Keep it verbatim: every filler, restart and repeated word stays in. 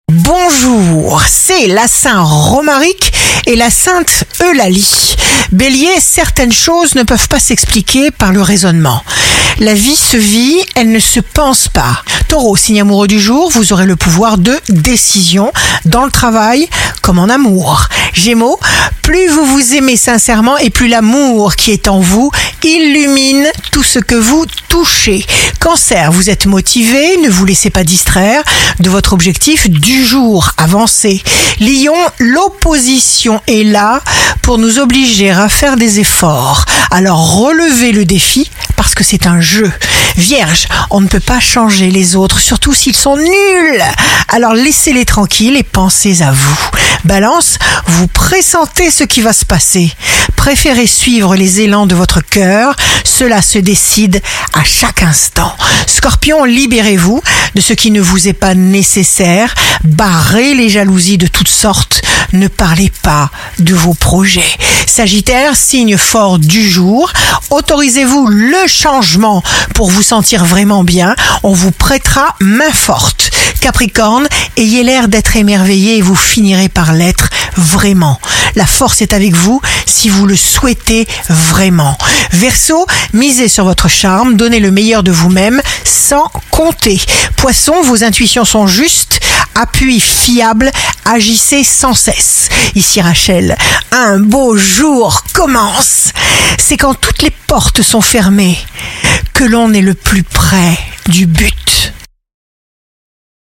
Bonjour, c'est la Saint Romaric et la Sainte Eulalie. Bélier, certaines choses ne peuvent pas s'expliquer par le raisonnement. La vie se vit, elle ne se pense pas. Taureau, signe amoureux du jour, vous aurez le pouvoir de décision dans le travail comme en amour. Gémeaux, plus vous vous aimez sincèrement et plus l'amour qui est en vous illumine tout ce que vous touchez. Cancer, vous êtes motivé, ne vous laissez pas distraire de votre objectif du jour, avancez. Lion, l'opposition est là pour nous obliger à faire des efforts. Alors relevez le défi parce que c'est un jeu. Vierge, on ne peut pas changer les autres, surtout s'ils sont nuls. Alors laissez-les tranquilles et pensez à vous. Balance, vous pressentez ce qui va se passer. Préférez suivre les élans de votre cœur, cela se décide à chaque instant. Scorpion, libérez-vous de ce qui ne vous est pas nécessaire, barrez les jalousies de toutes sortes, ne parlez pas de vos projets. Sagittaire, signe fort du jour, autorisez-vous le changement pour vous sentir vraiment bien, on vous prêtera main forte. Capricorne, ayez l'air d'être émerveillé et vous finirez par l'être vraiment. La force est avec vous si vous le souhaitez vraiment. Verseau, misez sur votre charme, donnez le meilleur de vous-même sans compter. Poisson, vos intuitions sont justes, appui fiable, agissez sans cesse. Ici Rachel, un beau jour commence. C'est quand toutes les portes sont fermées que l'on est le plus près du but.